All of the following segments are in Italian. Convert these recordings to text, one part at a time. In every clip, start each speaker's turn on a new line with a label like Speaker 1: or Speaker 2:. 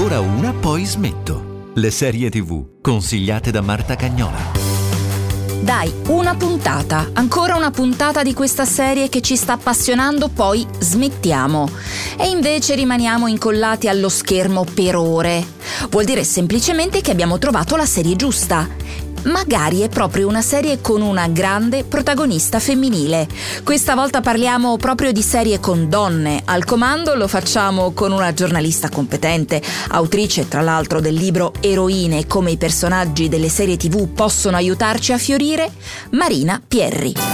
Speaker 1: ancora una, poi smetto. Le serie TV consigliate da Marta Cagnola.
Speaker 2: Dai, ancora una puntata di questa serie che ci sta appassionando, poi smettiamo. E invece rimaniamo incollati allo schermo per ore. Vuol dire semplicemente che abbiamo trovato la serie giusta. Magari è proprio una serie con una grande protagonista femminile. Questa volta parliamo proprio di serie con donne al comando. Lo facciamo con una giornalista competente, autrice tra l'altro del libro Eroine, come i personaggi delle serie TV possono aiutarci a fiorire, Marina Pierri.
Speaker 3: Che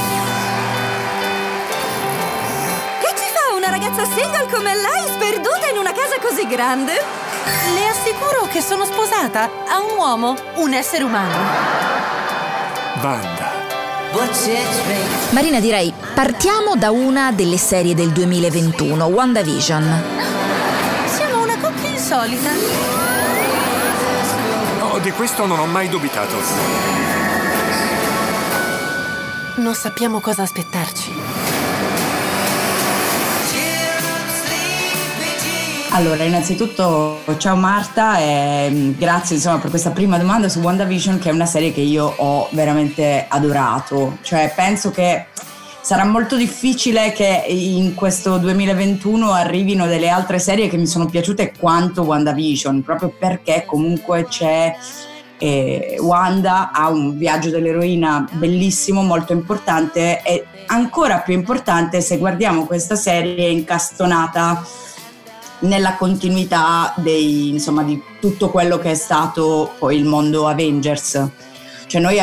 Speaker 3: ci fa una ragazza single come lei sperduta in una casa così grande?
Speaker 4: Le assicuro che sono sposata a un uomo, un essere umano.
Speaker 5: Wanda.
Speaker 2: Marina, direi partiamo da una delle serie del 2021, WandaVision.
Speaker 4: Siamo una coppia insolita.
Speaker 5: Oh, di questo non ho mai dubitato.
Speaker 4: Non sappiamo cosa aspettarci.
Speaker 6: Allora, innanzitutto ciao Marta e grazie per questa prima domanda su WandaVision, che è una serie che io ho veramente adorato. Cioè penso che sarà molto difficile che in questo 2021 arrivino delle altre serie che mi sono piaciute quanto WandaVision, proprio perché comunque c'è Wanda ha un viaggio dell'eroina bellissimo, molto importante, e ancora più importante se guardiamo questa serie incastonata nella continuità di tutto quello che è stato poi il mondo Avengers. Cioè noi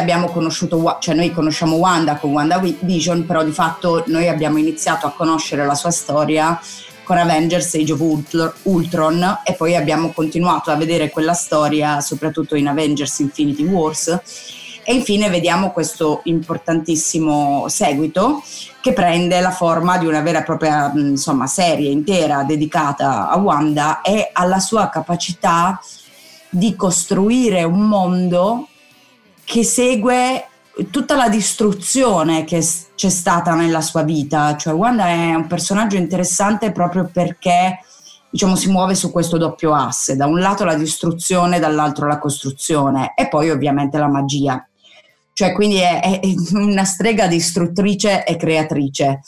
Speaker 6: conosciamo Wanda con WandaVision, però di fatto noi abbiamo iniziato a conoscere la sua storia con Avengers Age of Ultron e poi abbiamo continuato a vedere quella storia soprattutto in Avengers Infinity Wars. E infine vediamo questo importantissimo seguito che prende la forma di una vera e propria serie intera dedicata a Wanda e alla sua capacità di costruire un mondo che segue tutta la distruzione che c'è stata nella sua vita. Cioè Wanda è un personaggio interessante proprio perché si muove su questo doppio asse, da un lato la distruzione, dall'altro la costruzione e poi ovviamente la magia. Cioè quindi è una strega distruttrice e creatrice,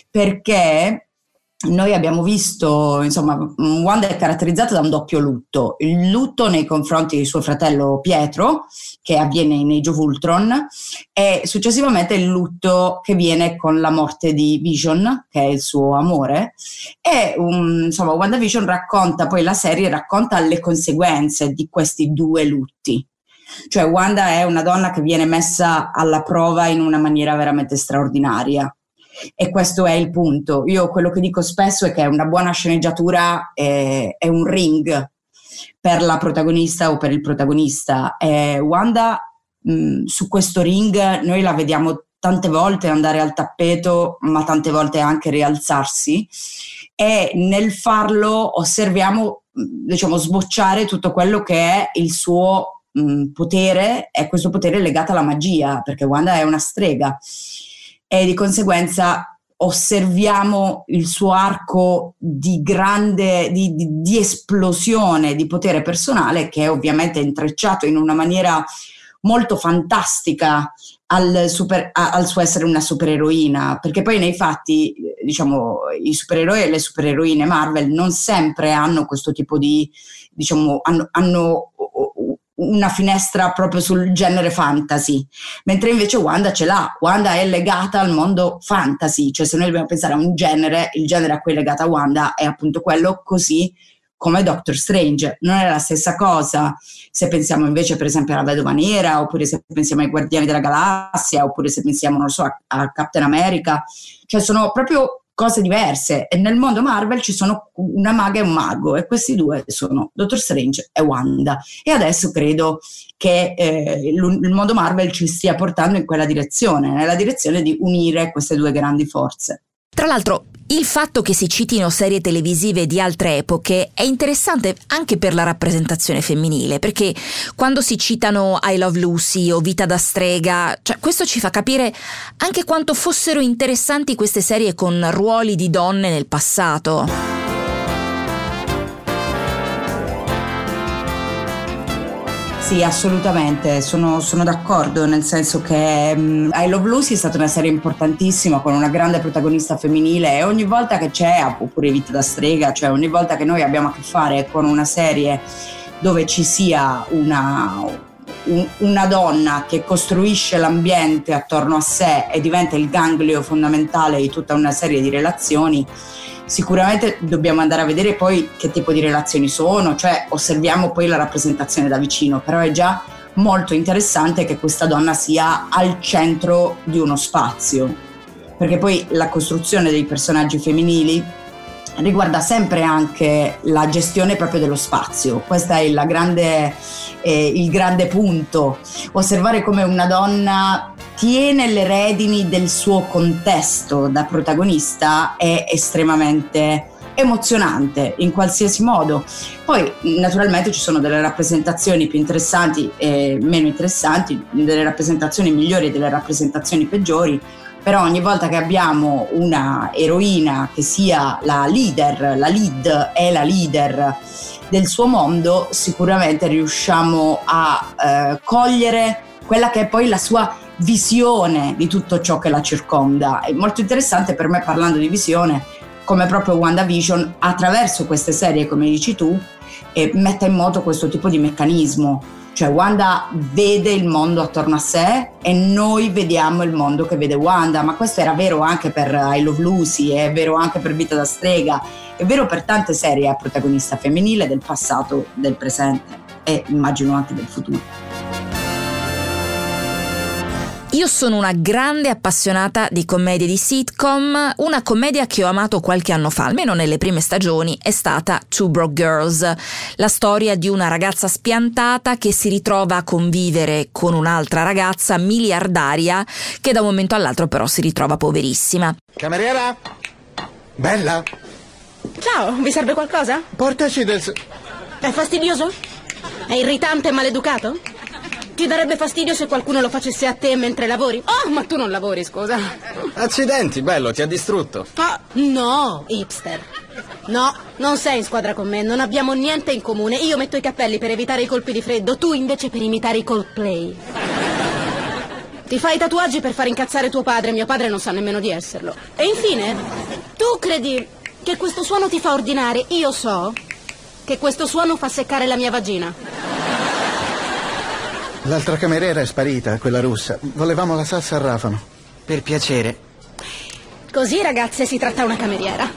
Speaker 6: perché noi abbiamo visto, Wanda è caratterizzata da un doppio lutto: il lutto nei confronti di suo fratello Pietro, che avviene in Age of Ultron, e successivamente il lutto che viene con la morte di Vision, che è il suo amore. E WandaVision la serie racconta le conseguenze di questi due lutti. Cioè Wanda è una donna che viene messa alla prova in una maniera veramente straordinaria e questo è il punto. Io quello che dico spesso è che una buona sceneggiatura è un ring per la protagonista o per il protagonista. Wanda su questo ring noi la vediamo tante volte andare al tappeto, ma tante volte anche rialzarsi, e nel farlo osserviamo sbocciare tutto quello che è il suo potere, e questo potere è legato alla magia, perché Wanda è una strega e di conseguenza osserviamo il suo arco di grande di esplosione di potere personale, che è ovviamente intrecciato in una maniera molto fantastica al suo essere una supereroina, perché poi nei fatti i supereroi e le supereroine Marvel non sempre hanno questo tipo di hanno una finestra proprio sul genere fantasy, mentre invece Wanda ce l'ha. Wanda è legata al mondo fantasy, cioè se noi dobbiamo pensare a un genere, il genere a cui è legata Wanda è appunto quello, così come Doctor Strange. Non è la stessa cosa se pensiamo invece per esempio alla Vedova Nera, oppure se pensiamo ai Guardiani della Galassia, oppure se pensiamo a Captain America. Cioè sono proprio cose diverse, e nel mondo Marvel ci sono una maga e un mago, e questi due sono Doctor Strange e Wanda, e adesso credo che il mondo Marvel ci stia portando in quella direzione, nella direzione di unire queste due grandi forze.
Speaker 2: Tra l'altro, il fatto che si citino serie televisive di altre epoche è interessante anche per la rappresentazione femminile, perché quando si citano I Love Lucy o Vita da strega, questo ci fa capire anche quanto fossero interessanti queste serie con ruoli di donne nel passato.
Speaker 6: Sì, assolutamente, sono d'accordo, nel senso che I Love Lucy è stata una serie importantissima con una grande protagonista femminile, e ogni volta che c'è, oppure Vita da strega, cioè ogni volta che noi abbiamo a che fare con una serie dove ci sia una donna che costruisce l'ambiente attorno a sé e diventa il ganglio fondamentale di tutta una serie di relazioni, sicuramente dobbiamo andare a vedere poi che tipo di relazioni sono, cioè osserviamo poi la rappresentazione da vicino, però è già molto interessante che questa donna sia al centro di uno spazio, perché poi la costruzione dei personaggi femminili riguarda sempre anche la gestione proprio dello spazio. Questo è il grande punto, osservare come una donna tiene le redini del suo contesto da protagonista è estremamente emozionante in qualsiasi modo. Poi naturalmente ci sono delle rappresentazioni più interessanti e meno interessanti, delle rappresentazioni migliori e delle rappresentazioni peggiori, però ogni volta che abbiamo una eroina che sia la leader del suo mondo, sicuramente riusciamo a cogliere quella che è poi la sua visione di tutto ciò che la circonda. È molto interessante per me, parlando di visione, come proprio WandaVision attraverso queste serie, come dici tu, metta in moto questo tipo di meccanismo, cioè Wanda vede il mondo attorno a sé e noi vediamo il mondo che vede Wanda, ma questo era vero anche per I Love Lucy, è vero anche per Vita da strega, è vero per tante serie a protagonista femminile del passato, del presente e immagino anche del futuro.
Speaker 2: Io sono una grande appassionata di commedie di sitcom. Una commedia che ho amato qualche anno fa, almeno nelle prime stagioni, è stata Two Broke Girls, la storia di una ragazza spiantata che si ritrova a convivere con un'altra ragazza miliardaria che da un momento all'altro però si ritrova poverissima.
Speaker 7: Cameriera? Bella?
Speaker 8: Ciao, vi serve qualcosa?
Speaker 7: Portaci del...
Speaker 8: È fastidioso? È irritante e maleducato? Ti darebbe fastidio se qualcuno lo facesse a te mentre lavori? Oh, ma tu non lavori, scusa.
Speaker 7: Accidenti, bello, ti ha distrutto.
Speaker 8: Ah, no, hipster. No, non sei in squadra con me, non abbiamo niente in comune. Io metto i cappelli per evitare i colpi di freddo, tu invece per imitare i Coldplay. Ti fai i tatuaggi per far incazzare tuo padre, mio padre non sa nemmeno di esserlo. E infine, tu credi che questo suono ti fa ordinare? Io so che questo suono fa seccare la mia vagina.
Speaker 7: L'altra cameriera è sparita, quella russa. Volevamo la salsa al rafano.
Speaker 9: Per piacere.
Speaker 8: Così, ragazze, si tratta una cameriera.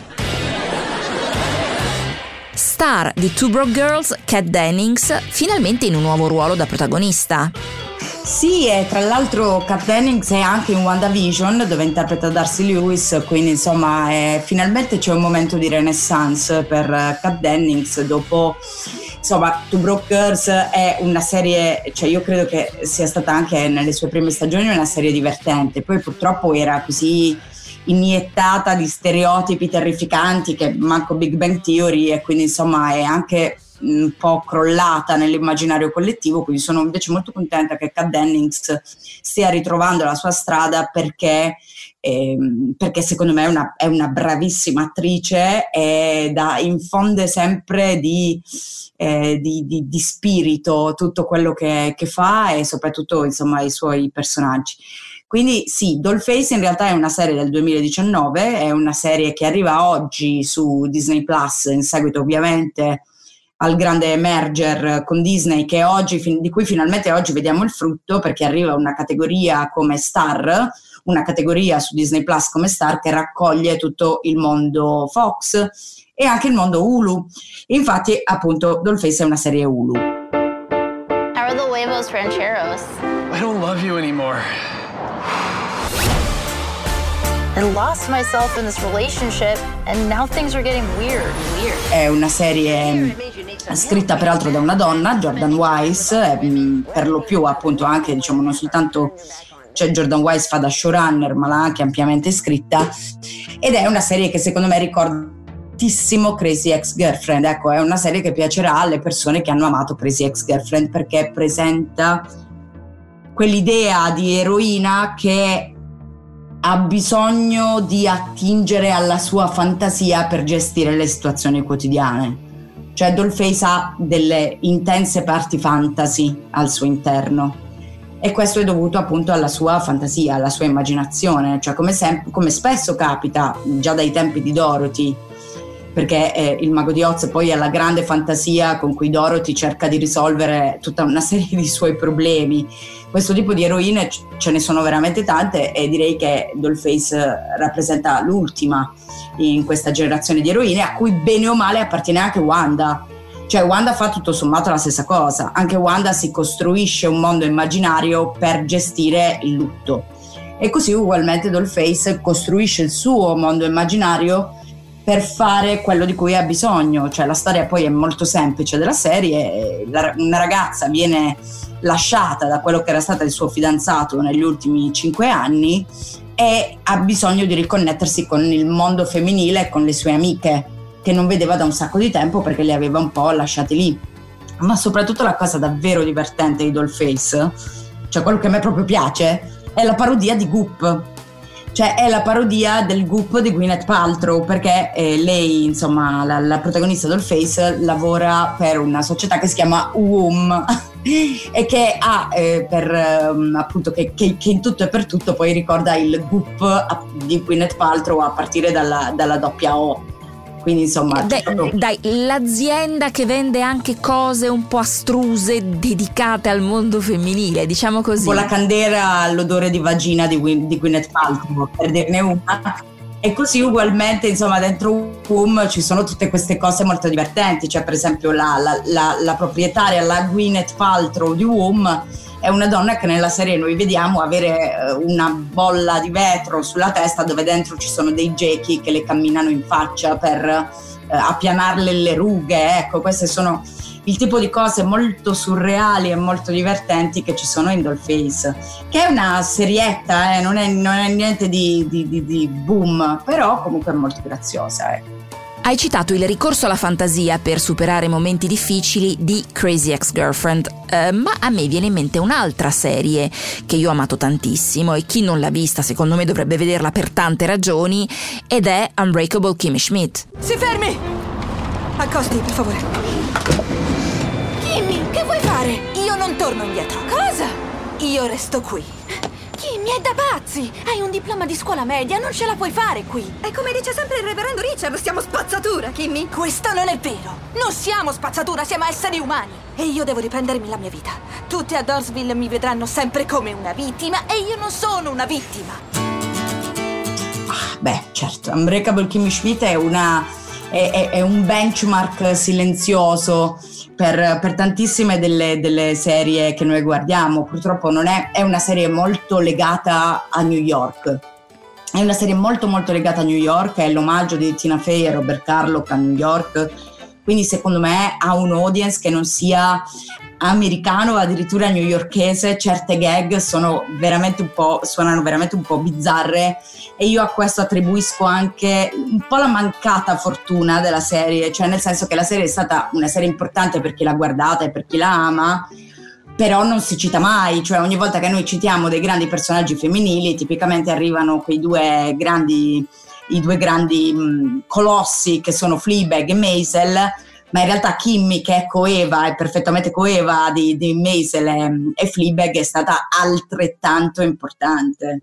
Speaker 2: Star di Two Broke Girls, Kat Dennings, finalmente in un nuovo ruolo da protagonista.
Speaker 6: Sì, e tra l'altro Kat Dennings è anche in WandaVision, dove interpreta Darcy Lewis, quindi insomma finalmente c'è un momento di renaissance per Kat Dennings dopo... Insomma, Two Broke Girls è una serie, cioè io credo che sia stata anche nelle sue prime stagioni una serie divertente, poi purtroppo era così iniettata di stereotipi terrificanti che manco Big Bang Theory, e quindi insomma è anche un po' crollata nell'immaginario collettivo, quindi sono invece molto contenta che Kat Dennings stia ritrovando la sua strada perché secondo me è una bravissima attrice e infonde sempre di spirito tutto quello che fa e soprattutto insomma i suoi personaggi. Quindi sì, Dollface in realtà è una serie del 2019, è una serie che arriva oggi su Disney Plus, in seguito ovviamente al grande merger con Disney che di cui finalmente oggi vediamo il frutto, perché arriva una categoria come Star, una categoria su Disney Plus come Star che raccoglie tutto il mondo Fox e anche il mondo Hulu. Infatti appunto Dollface è una serie Hulu.
Speaker 10: How are the huevos rancheros?
Speaker 11: I don't love you anymore.
Speaker 10: I lost myself in this relationship and now things are getting weird.
Speaker 6: È una serie scritta peraltro da una donna, Jordan Weiss, per lo più appunto anche diciamo non soltanto Jordan Weiss fa da showrunner ma l'ha anche ampiamente scritta, ed è una serie che secondo me ricorda tantissimo Crazy Ex-Girlfriend. Ecco, è una serie che piacerà alle persone che hanno amato Crazy Ex-Girlfriend perché presenta quell'idea di eroina che ha bisogno di attingere alla sua fantasia per gestire le situazioni quotidiane. Cioè Dollface ha delle intense parti fantasy al suo interno, e questo è dovuto appunto alla sua fantasia, alla sua immaginazione, cioè come spesso capita già dai tempi di Dorothy, perché il Mago di Oz poi è la grande fantasia con cui Dorothy cerca di risolvere tutta una serie di suoi problemi. Questo tipo di eroine ce ne sono veramente tante, e direi che Dollface rappresenta l'ultima in questa generazione di eroine, a cui bene o male appartiene anche Wanda. Cioè Wanda fa tutto sommato la stessa cosa, anche Wanda si costruisce un mondo immaginario per gestire il lutto, e così ugualmente Dollface costruisce il suo mondo immaginario per fare quello di cui ha bisogno. Cioè la storia poi è molto semplice della serie: una ragazza viene lasciata da quello che era stato il suo fidanzato negli ultimi 5 anni e ha bisogno di riconnettersi con il mondo femminile e con le sue amiche, che non vedeva da un sacco di tempo perché le aveva un po' lasciate lì. Ma soprattutto la cosa davvero divertente di Dollface, cioè quello che a me proprio piace, è la parodia di Goop. Cioè è la parodia del Goop di Gwyneth Paltrow, perché lei, insomma, la protagonista Dollface lavora per una società che si chiama WOM e che ha appunto che in tutto e per tutto poi ricorda il Goop di Gwyneth Paltrow a partire dalla doppia O. Quindi insomma
Speaker 2: dai, l'azienda che vende anche cose un po' astruse dedicate al mondo femminile, diciamo così.
Speaker 6: Con la candela all'odore di vagina di Gwyneth Paltrow, per dirne una. E così ugualmente, insomma, dentro WOM ci sono tutte queste cose molto divertenti. Cioè per esempio la proprietaria, la Gwyneth Paltrow di WOM, è una donna che nella serie noi vediamo avere una bolla di vetro sulla testa dove dentro ci sono dei gechi che le camminano in faccia per appianarle le rughe. Ecco, queste sono il tipo di cose molto surreali e molto divertenti che ci sono in Dollface, che è una serietta, non è niente di boom, però comunque è molto graziosa.
Speaker 2: Hai citato il ricorso alla fantasia per superare momenti difficili di Crazy Ex-Girlfriend, ma a me viene in mente un'altra serie che io ho amato tantissimo, e chi non l'ha vista secondo me dovrebbe vederla per tante ragioni, ed è Unbreakable Kimmy Schmidt.
Speaker 3: Si fermi! Accosti, per favore. Kimmy, che vuoi fare? Io non torno indietro. Cosa? Io resto qui. Kimmy, è da pazzi! Hai un diploma di scuola media, non ce la puoi fare qui! E come dice sempre il reverendo Richard, siamo spazzatura, Kimmy! Questo non è vero! Non siamo spazzatura, siamo esseri umani! E io devo riprendermi la mia vita. Tutti a Dorsville mi vedranno sempre come una vittima, e io non sono una vittima!
Speaker 6: Beh, certo, Unbreakable Kimmy Schmidt è un benchmark silenzioso per tantissime delle serie che noi guardiamo. Purtroppo non è una serie molto legata a New York. È una serie molto molto legata a New York, è l'omaggio di Tina Fey e Robert Carlock a New York, quindi secondo me ha un audience che non sia americano o addirittura newyorkese. Certe gag suonano veramente un po' bizzarre, e io a questo attribuisco anche un po' la mancata fortuna della serie, cioè nel senso che la serie è stata una serie importante per chi l'ha guardata e per chi la ama, però non si cita mai. Cioè ogni volta che noi citiamo dei grandi personaggi femminili, tipicamente arrivano i due grandi colossi che sono Fleabag e Maisel, ma in realtà Kimmy, che è coeva, è perfettamente coeva di Maisel e Fleabag, è stata altrettanto importante.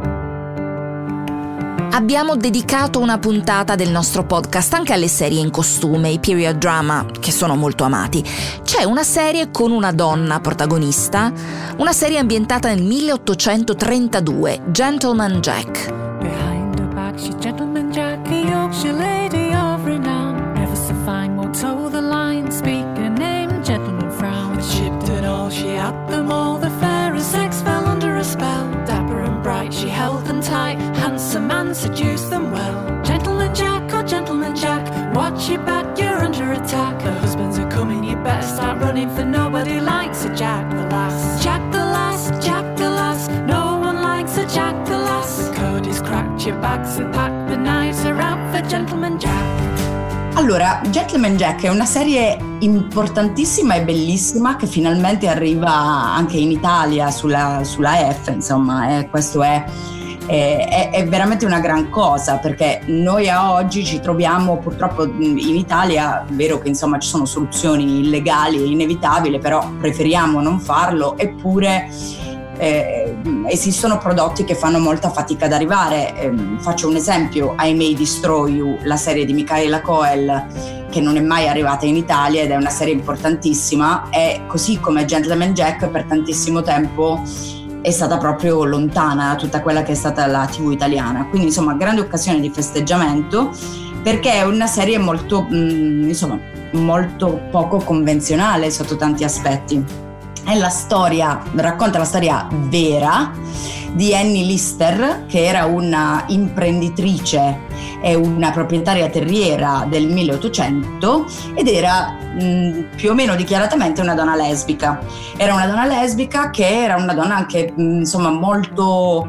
Speaker 2: Abbiamo dedicato una puntata del nostro podcast anche alle serie in costume, i period drama, che sono molto amati. C'è una serie con una donna protagonista, una serie ambientata nel 1832, Gentleman Jack.
Speaker 9: Behind her back, she's Gentleman Jack, a Yorkshire lady of renown. Never so fine, won't toe the line, speak her name, gentleman frown. But shipped it all, she had them all, the fairest sex fell under a spell. Dapper and bright, she held them tight, handsome man seduced them well. Gentleman Jack, oh Gentleman Jack, watch your back, you're under attack. The husbands are coming, you better start running, for nobody likes a Jack the Lass. Jack the Lass, Jack the Lass, no one likes a Jack the Lass. The code is cracked, your bags are packed, the knives are out for Gentleman Jack.
Speaker 6: Allora, Gentleman Jack è una serie importantissima e bellissima che finalmente arriva anche in Italia sulla F, insomma, questo è è veramente una gran cosa, perché noi a oggi ci troviamo purtroppo in Italia, è vero che insomma ci sono soluzioni illegali e inevitabili, però preferiamo non farlo, eppure esistono prodotti che fanno molta fatica ad arrivare. Faccio un esempio: I May Destroy You, la serie di Michaela Coel, che non è mai arrivata in Italia ed è una serie importantissima, e così come Gentleman Jack per tantissimo tempo è stata proprio lontana da tutta quella che è stata la TV italiana. Quindi insomma grande occasione di festeggiamento, perché è una serie molto molto poco convenzionale sotto tanti aspetti. Racconta la storia vera di Annie Lister, che era una imprenditrice e una proprietaria terriera del 1800 ed era più o meno dichiaratamente una donna lesbica. Era una donna lesbica che era una donna anche molto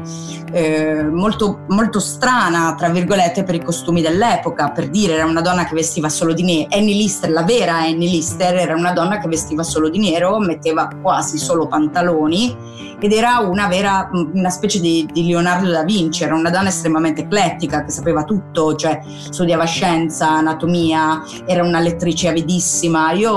Speaker 6: strana, tra virgolette, per i costumi dell'epoca. Per dire, era una donna che vestiva solo di nero. Annie Lister, la vera Annie Lister, era una donna che vestiva solo di nero, metteva quasi solo pantaloni ed era una specie di Leonardo da Vinci. Era una donna estremamente eclettica, che sapeva tutto, cioè studiava scienza, anatomia, era una lettrice avidissima.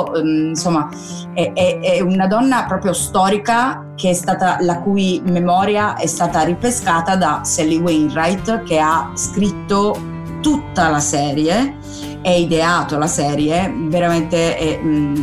Speaker 6: È una donna proprio storica, che è stata, la cui memoria è stata ripescata da Sally Wainwright, che ha scritto tutta la serie e ideato la serie. Veramente è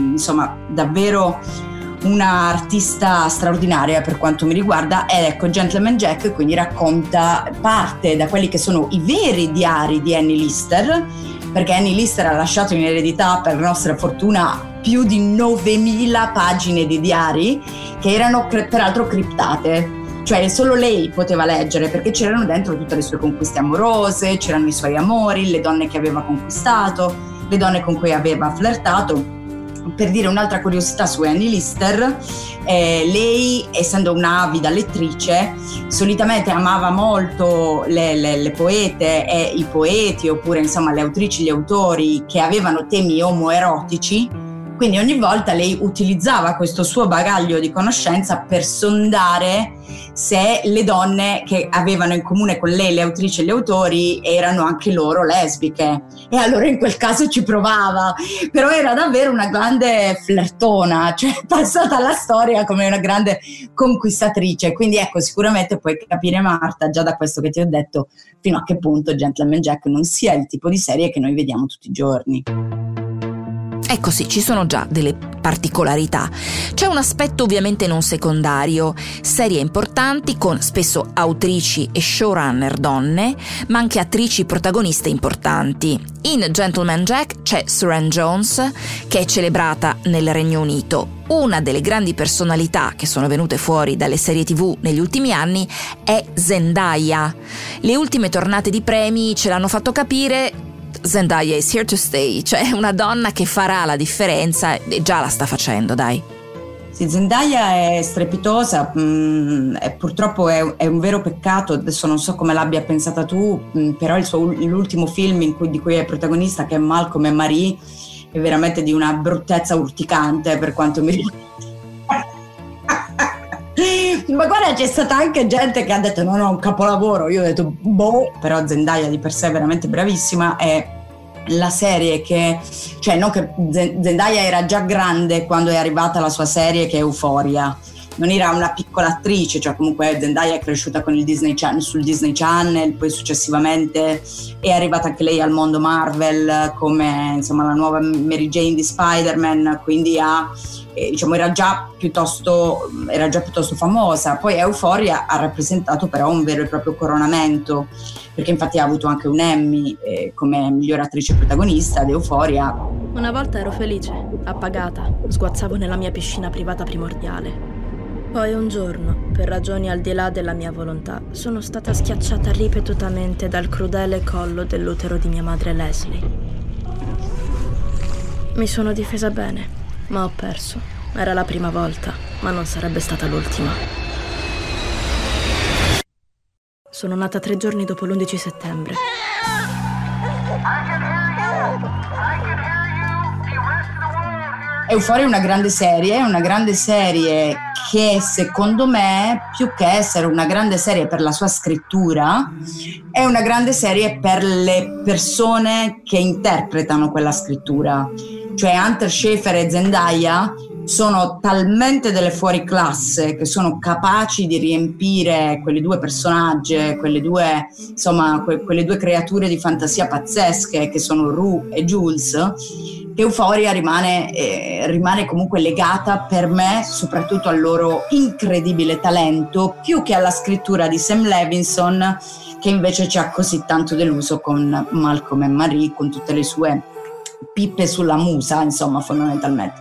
Speaker 6: davvero una artista straordinaria per quanto mi riguarda. Ed ecco, Gentleman Jack quindi racconta parte da quelli che sono i veri diari di Annie Lister, perché Annie Lister ha lasciato in eredità, per nostra fortuna, più di 9.000 pagine di diari, che erano peraltro criptate, cioè solo lei poteva leggere, perché c'erano dentro tutte le sue conquiste amorose, c'erano i suoi amori, le donne che aveva conquistato, le donne con cui aveva flirtato. Per dire un'altra curiosità su Annie Lister, lei, essendo un'avida lettrice, solitamente amava molto le poete e i poeti, oppure insomma le autrici e gli autori che avevano temi omoerotici. Quindi ogni volta lei utilizzava questo suo bagaglio di conoscenza per sondare se le donne che avevano in comune con lei, le autrici e gli autori, erano anche loro lesbiche. E allora in quel caso ci provava, però era davvero una grande flirtona, cioè passata alla storia come una grande conquistatrice. Quindi ecco, sicuramente puoi capire, Marta, già da questo che ti ho detto, fino a che punto Gentleman Jack non sia il tipo di serie che noi vediamo tutti i giorni.
Speaker 2: Ecco sì, ci sono già delle particolarità. C'è un aspetto ovviamente non secondario: serie importanti con spesso autrici e showrunner donne, ma anche attrici protagoniste importanti. In Gentleman Jack c'è Suranne Jones, che è celebrata nel Regno Unito. Una delle grandi personalità che sono venute fuori dalle serie TV negli ultimi anni è Zendaya. Le ultime tornate di premi ce l'hanno fatto capire. Zendaya is here to stay, cioè una donna che farà la differenza, e già la sta facendo, dai.
Speaker 6: Sì, Zendaya è strepitosa, e purtroppo è un vero peccato. Adesso non so come l'abbia pensata tu, però l'ultimo film di cui è protagonista, che è Malcolm e Marie, è veramente di una bruttezza urticante per quanto mi riguarda. Ma guarda, c'è stata anche gente che ha detto no, un capolavoro. Io ho detto boh. Però Zendaya di per sé è veramente bravissima. È la serie che, cioè non che Zendaya era già grande quando è arrivata la sua serie, che è Euphoria. Non era una piccola attrice, cioè comunque Zendaya è cresciuta con il Disney Channel, sul Disney Channel, poi successivamente è arrivata anche lei al mondo Marvel come insomma la nuova Mary Jane di Spider-Man, quindi era già piuttosto famosa. Poi Euphoria ha rappresentato però un vero e proprio coronamento, perché infatti ha avuto anche un Emmy come miglior attrice protagonista ad Euphoria.
Speaker 12: Una volta ero felice, appagata, sguazzavo nella mia piscina privata primordiale. Poi un giorno, per ragioni al di là della mia volontà, sono stata schiacciata ripetutamente dal crudele collo dell'utero di mia madre Leslie. Mi sono difesa bene, ma ho perso. Era la prima volta, ma non sarebbe stata l'ultima. Sono nata 3 giorni dopo l'11 settembre.
Speaker 6: Euphoria è una grande serie che secondo me, più che essere una grande serie per la sua scrittura, è una grande serie per le persone che interpretano quella scrittura. Cioè Hunter Schafer e Zendaya sono talmente delle fuoriclasse che sono capaci di riempire quelle due personaggi, quelle due creature di fantasia pazzesche che sono Rue e Jules, che Euphoria rimane comunque legata per me soprattutto al loro incredibile talento, più che alla scrittura di Sam Levinson, che invece ci ha così tanto deluso con Malcolm e Marie, con tutte le sue pippe sulla musa, insomma, fondamentalmente.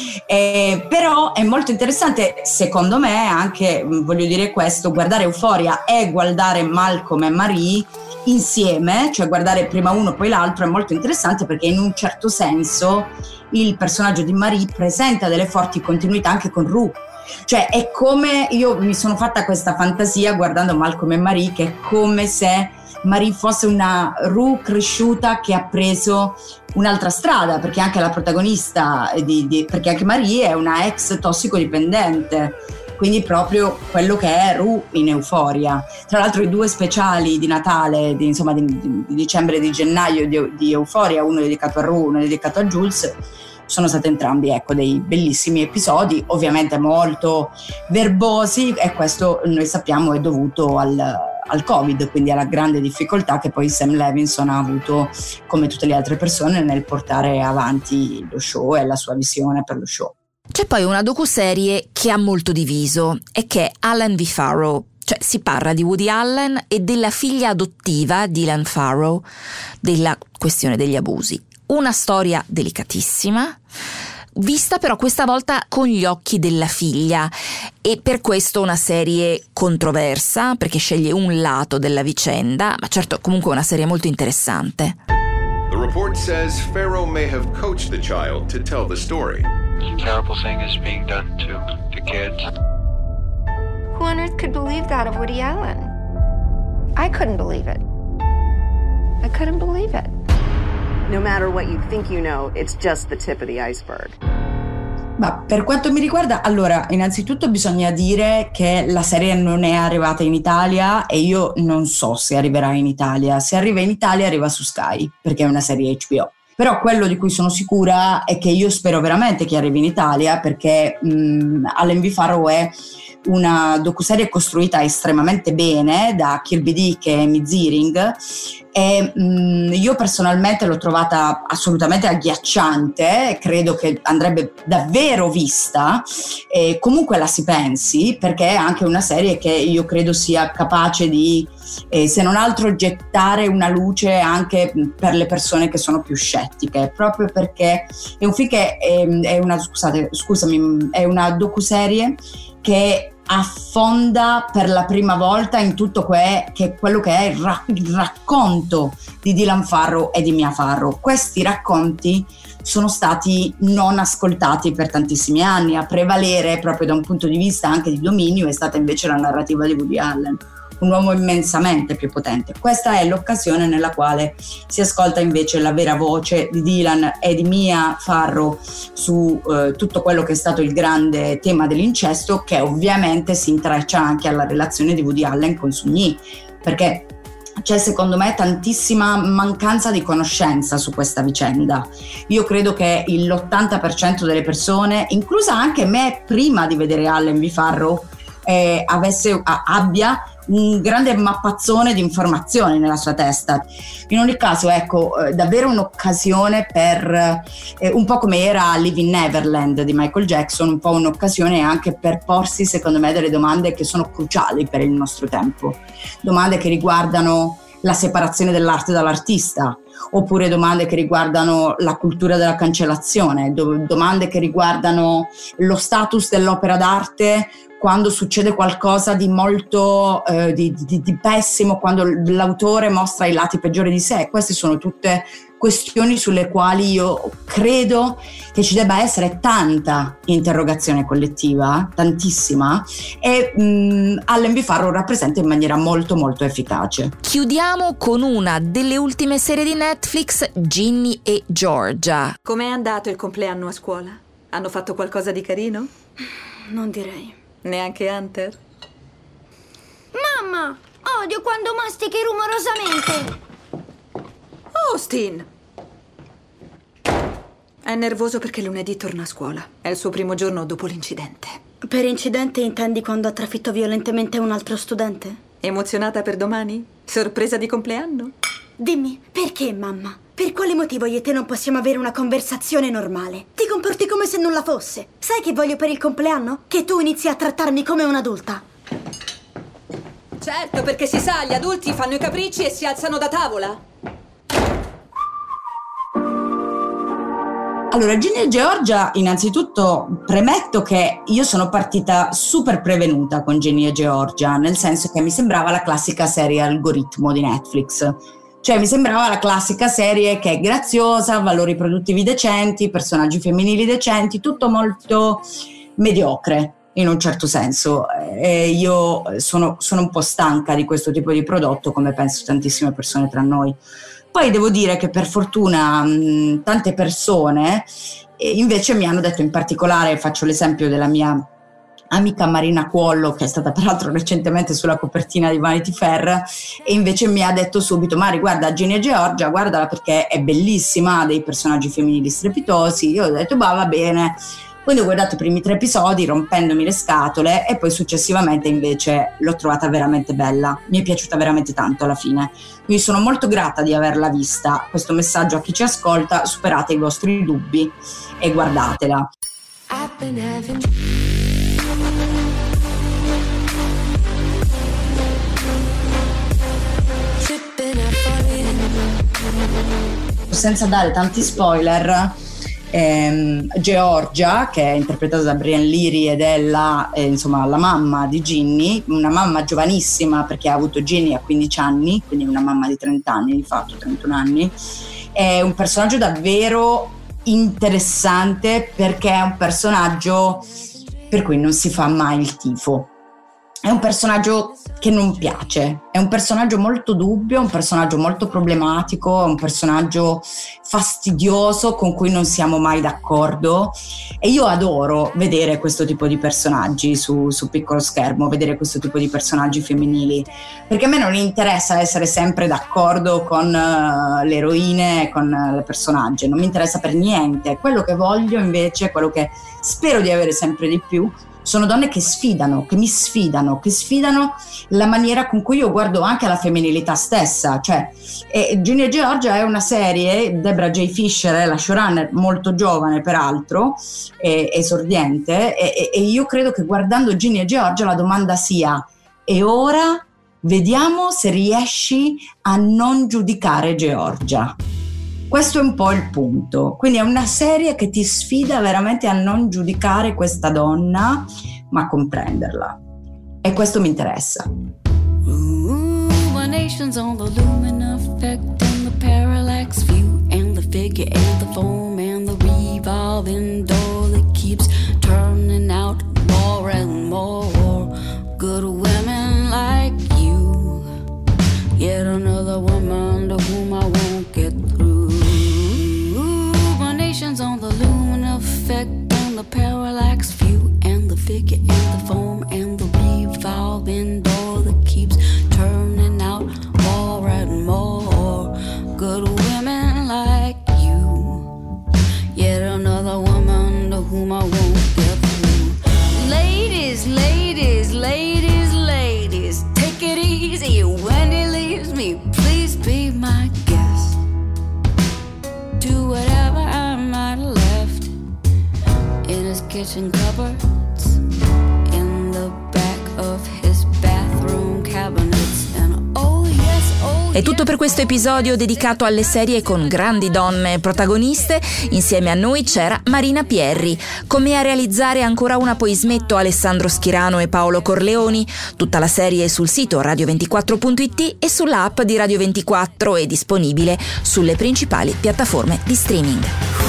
Speaker 6: Però è molto interessante, secondo me, anche, voglio dire questo, guardare Euphoria e guardare Malcolm e Marie insieme, cioè guardare prima uno poi l'altro, è molto interessante perché in un certo senso il personaggio di Marie presenta delle forti continuità anche con Rue. Cioè è come, io mi sono fatta questa fantasia guardando Malcolm e Marie, che è come se Marie fosse una Rue cresciuta che ha preso un'altra strada, perché anche la protagonista perché anche Marie è una ex tossicodipendente, quindi proprio quello che è Rue in Euphoria. Tra l'altro i due speciali di Natale, di dicembre e di gennaio di Euphoria, uno dedicato a Rue, uno dedicato a Jules, sono stati entrambi dei bellissimi episodi, ovviamente molto verbosi, e questo noi sappiamo è dovuto al Covid, quindi alla grande difficoltà che poi Sam Levinson ha avuto, come tutte le altre persone, nel portare avanti lo show e la sua visione per lo show.
Speaker 2: C'è poi una docuserie che ha molto diviso e che è Allen v. Farrow. Cioè si parla di Woody Allen e della figlia adottiva di Ilan Farrow, della questione degli abusi. Una storia delicatissima, vista però questa volta con gli occhi della figlia, e per questo una serie controversa, perché sceglie un lato della vicenda, ma certo comunque una serie molto interessante.
Speaker 13: The report says Farrow may have coached the child to tell the story.
Speaker 14: A terrible thing is being done to the kids.
Speaker 15: Who on earth could believe that of Woody Allen? I couldn't believe it. I couldn't believe it.
Speaker 16: No matter what you think you know, it's just the tip of the iceberg.
Speaker 6: Ma per quanto mi riguarda, allora, innanzitutto bisogna dire che la serie non è arrivata in Italia e io non so se arriverà in Italia. Se arriva in Italia arriva su Sky, perché è una serie HBO. Però quello di cui sono sicura è che io spero veramente che arrivi in Italia, perché Allen v. Farrow è una docuserie costruita estremamente bene da Kirby Dick e Amy Ziering, e io personalmente l'ho trovata assolutamente agghiacciante, credo che andrebbe davvero vista, e comunque la si pensi, perché è anche una serie che io credo sia capace di, se non altro, gettare una luce anche per le persone che sono più scettiche, proprio perché è un film che è una docuserie che affonda per la prima volta in tutto quello che è il racconto di Dylan Farrow e di Mia Farrow. Questi racconti sono stati non ascoltati per tantissimi anni. A prevalere, proprio da un punto di vista anche di dominio, è stata invece la narrativa di Woody Allen, un uomo immensamente più potente. Questa è l'occasione nella quale si ascolta invece la vera voce di Dylan e di Mia Farrow su tutto quello che è stato il grande tema dell'incesto, che ovviamente si intreccia anche alla relazione di Woody Allen con Sung-Yi, perché c'è secondo me tantissima mancanza di conoscenza su questa vicenda. Io credo che l'80% delle persone, inclusa anche me prima di vedere Allen v. Farrow, abbia un grande mappazzone di informazioni nella sua testa. In ogni caso, davvero un'occasione per un po' come era Living Neverland di Michael Jackson, un po' un'occasione anche per porsi, secondo me, delle domande che sono cruciali per il nostro tempo, domande che riguardano la separazione dell'arte dall'artista, oppure domande che riguardano la cultura della cancellazione, domande che riguardano lo status dell'opera d'arte quando succede qualcosa di molto di pessimo, quando l'autore mostra i lati peggiori di sé. Queste sono tutte questioni sulle quali io credo che ci debba essere tanta interrogazione collettiva, tantissima, e Allen v. Farrow rappresenta in maniera molto molto efficace.
Speaker 2: Chiudiamo con una delle ultime serie di Netflix, Ginny e Georgia.
Speaker 3: Com'è andato il compleanno a scuola? Hanno fatto qualcosa di carino?
Speaker 12: Non direi.
Speaker 3: Neanche Hunter?
Speaker 17: Mamma! Odio quando mastichi rumorosamente!
Speaker 3: Austin! È nervoso perché lunedì torna a scuola. È il suo primo giorno dopo l'incidente.
Speaker 12: Per incidente intendi quando ha trafitto violentemente un altro studente?
Speaker 3: Emozionata per domani? Sorpresa di compleanno?
Speaker 12: Dimmi, perché, mamma? Per quale motivo io e te non possiamo avere una conversazione normale? Ti comporti come se nulla fosse. Sai che voglio per il compleanno? Che tu inizi a trattarmi come un'adulta.
Speaker 3: Certo, perché si sa, gli adulti fanno i capricci e si alzano da tavola.
Speaker 6: Allora, Ginny e Georgia, innanzitutto premetto che io sono partita super prevenuta con Ginny e Georgia, nel senso che mi sembrava la classica serie Algoritmo di Netflix. Cioè mi sembrava la classica serie che è graziosa, valori produttivi decenti, personaggi femminili decenti, tutto molto mediocre in un certo senso. E io sono un po' stanca di questo tipo di prodotto, come penso tantissime persone tra noi. Poi devo dire che per fortuna tante persone invece mi hanno detto, in particolare faccio l'esempio della mia amica Marina Cuollo, che è stata peraltro recentemente sulla copertina di Vanity Fair, e invece mi ha detto subito: Mari, guarda Ginny e Georgia, guardala perché è bellissima, ha dei personaggi femminili strepitosi. Io ho detto va bene. Quindi ho guardato i primi 3 episodi rompendomi le scatole e poi successivamente invece l'ho trovata veramente bella, mi è piaciuta veramente tanto alla fine, quindi sono molto grata di averla vista. Questo messaggio a chi ci ascolta: superate i vostri dubbi e guardatela. Senza dare tanti spoiler, Georgia, che è interpretata da Brian Leary ed è la mamma di Ginny, una mamma giovanissima perché ha avuto Ginny a 15 anni, quindi una mamma di 30 anni, di fatto 31 anni, è un personaggio davvero interessante perché è un personaggio per cui non si fa mai il tifo. È un personaggio che non piace, è un personaggio molto dubbio, un personaggio molto problematico, è un personaggio fastidioso con cui non siamo mai d'accordo, e io adoro vedere questo tipo di personaggi su piccolo schermo, vedere questo tipo di personaggi femminili, perché a me non interessa essere sempre d'accordo con le eroine, con le personaggi, non mi interessa per niente. Quello che voglio invece, quello che spero di avere sempre di più, sono donne che sfidano, che mi sfidano, che sfidano la maniera con cui io guardo anche la femminilità stessa. Cioè, Ginny e Georgia è una serie, Deborah J. Fisher è la showrunner, molto giovane peraltro, esordiente, e io credo che guardando Ginny e Georgia la domanda sia: e ora vediamo se riesci a non giudicare Georgia. Questo è un po' il punto. Quindi è una serie che ti sfida veramente a non giudicare questa donna, ma a comprenderla. E questo mi interessa.
Speaker 9: Ruminations on the lumen effect and the parallax view and the figure and the foam and the revolving door that keeps turning out more and more good women like you. Yet another woman to whom I won't get through. On the lumen effect and the parallax view and the figure and the foam and the revolving door that keeps turning out more and more good women like you. Yet another woman to whom I won't get through. Ladies, ladies, ladies, ladies, take it easy when he leaves me. Please be my guest. Do whatever I might have left in his kitchen cupboards, in the back of his bathroom cabinets, and oh yes, oh
Speaker 2: È tutto per questo episodio dedicato alle serie con grandi donne protagoniste. Insieme a noi c'era Marina Pierri. Con me a realizzare ancora una Poi smetto Alessandro Schirano e Paolo Corleoni. Tutta la serie è sul sito radio24.it e sull'app di Radio 24, è disponibile sulle principali piattaforme di streaming.